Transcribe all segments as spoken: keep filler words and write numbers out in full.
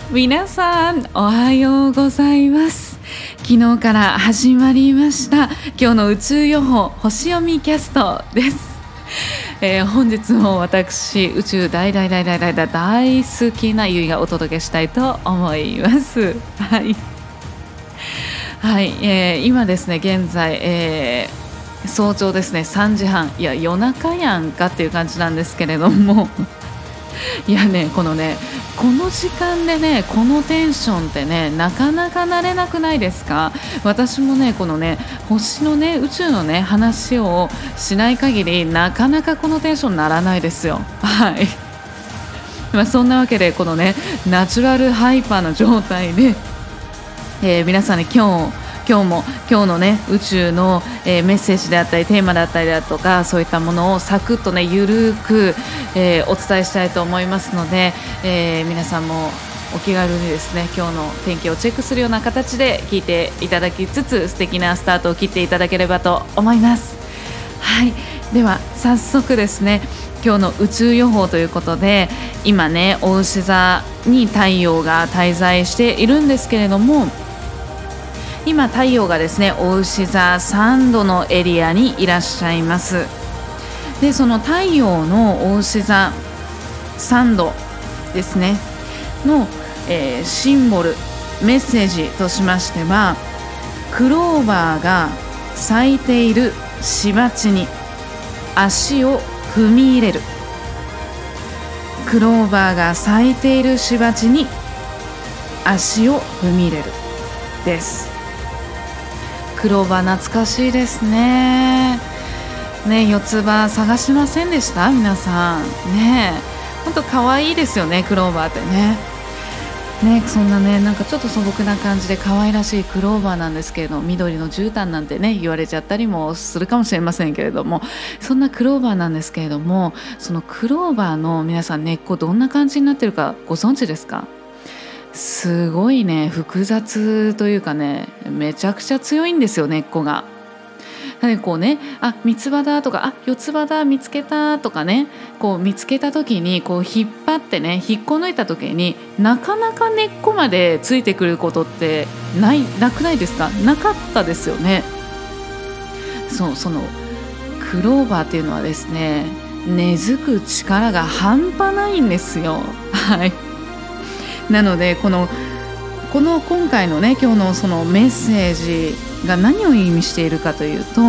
皆さんおはようございます。昨日から始まりました今日の宇宙予報星読みキャストです。えー、本日も私宇宙大大大大大大大好きなゆいがお届けしたいと思います。はい、はいえー、今ですね現在、えー、早朝ですねさんじはん、いや夜中やんかっていう感じなんですけれどもいやねこのねこの時間でねこのテンションってねなかなか慣れなくないですか？私もねこのね星のね宇宙のね話をしない限りなかなかこのテンションにならないですよ。はい、まあ、そんなわけでこのねナチュラルハイパーの状態で、えー、皆さんに今日今日も今日のね宇宙の、えー、メッセージであったりテーマだったりだとかそういったものをサクッとねゆるく、えー、お伝えしたいと思いますので、えー、皆さんもお気軽にですね今日の天気をチェックするような形で聞いていただきつつ素敵なスタートを切っていただければと思います。はい、では早速ですね今日の宇宙予報ということで今ね牡牛座に太陽が滞在しているんですけれども、今太陽がですね牡牛座さんどのエリアにいらっしゃいます。でその太陽の牡牛座さんどですねの、えー、シンボルメッセージとしましては、クローバーが咲いている芝地に足を踏み入れる。クローバーが咲いている芝地に足を踏み入れるです。クローバー懐かしいですね。ね、四つ葉探しませんでした皆さんね。本当可愛いですよねクローバーってね。ね、そんなねなんかちょっと素朴な感じで可愛らしいクローバーなんですけれども、緑の絨毯なんてね言われちゃったりもするかもしれませんけれども、そんなクローバーなんですけれども、そのクローバーの皆さん根っこどんな感じになってるかご存知ですか？すごいね複雑というかねめちゃくちゃ強いんですよ根っこが。でこうねあ三つ葉だとかあ四つ葉だ見つけたとかね、こう見つけた時にこう引っ張ってね引っこ抜いた時になかなか根っこまでついてくることってないなくないですか？なかったですよね。そうそのクローバーっていうのはですね根付く力が半端ないんですよ。はいなのでこのこの今回のね今日のそのメッセージが何を意味しているかというと、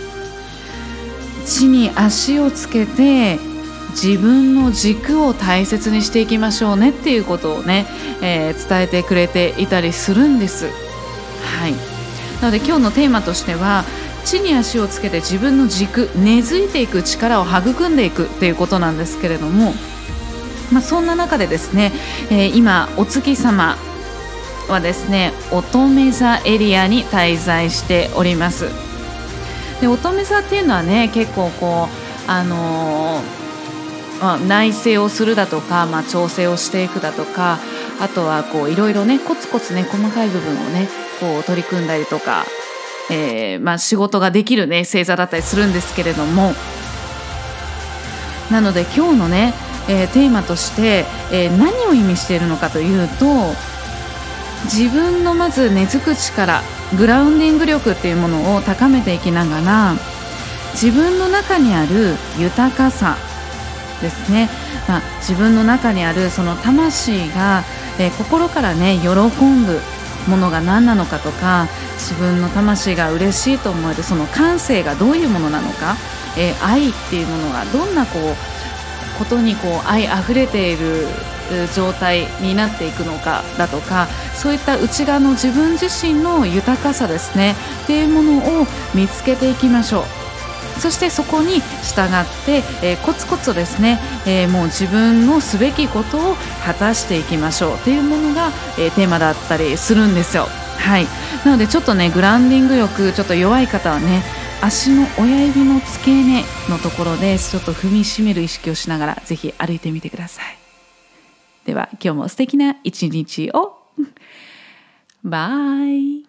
地に足をつけて自分の軸を大切にしていきましょうねっていうことをね、えー、伝えてくれていたりするんです。はいなので今日のテーマとしては地に足をつけて自分の軸根付いていく力を育んでいくっていうことなんですけれども、まあ、そんな中でですね、えー、今お月様はですね乙女座エリアに滞在しております。で乙女座っていうのはね結構こうあのーまあ、内省をするだとか、まあ、調整をしていくだとか、あとはこういろいろねコツコツね細かい部分をねこう取り組んだりとか、えーまあ、仕事ができるね星座だったりするんですけれども、なので今日のねえー、テーマとして、えー、何を意味しているのかというと、自分のまず根付く力グラウンディング力っていうものを高めていきながら、自分の中にある豊かさですね、まあ、自分の中にあるその魂が、えー、心からね喜ぶものが何なのかとか、自分の魂が嬉しいと思えるその感性がどういうものなのか、えー、愛っていうものがどんなこうことにこう愛あふれている状態になっていくのかだとか、そういった内側の自分自身の豊かさですねっていうものを見つけていきましょう。そしてそこに従って、えー、コツコツとですね、えー、もう自分のすべきことを果たしていきましょうっていうものが、えー、テーマだったりするんですよ。はい、なのでちょっとねグラウンディング力ちょっと弱い方はね足の親指の付け根のところでちょっと踏みしめる意識をしながらぜひ歩いてみてください。では今日も素敵な一日をバイ。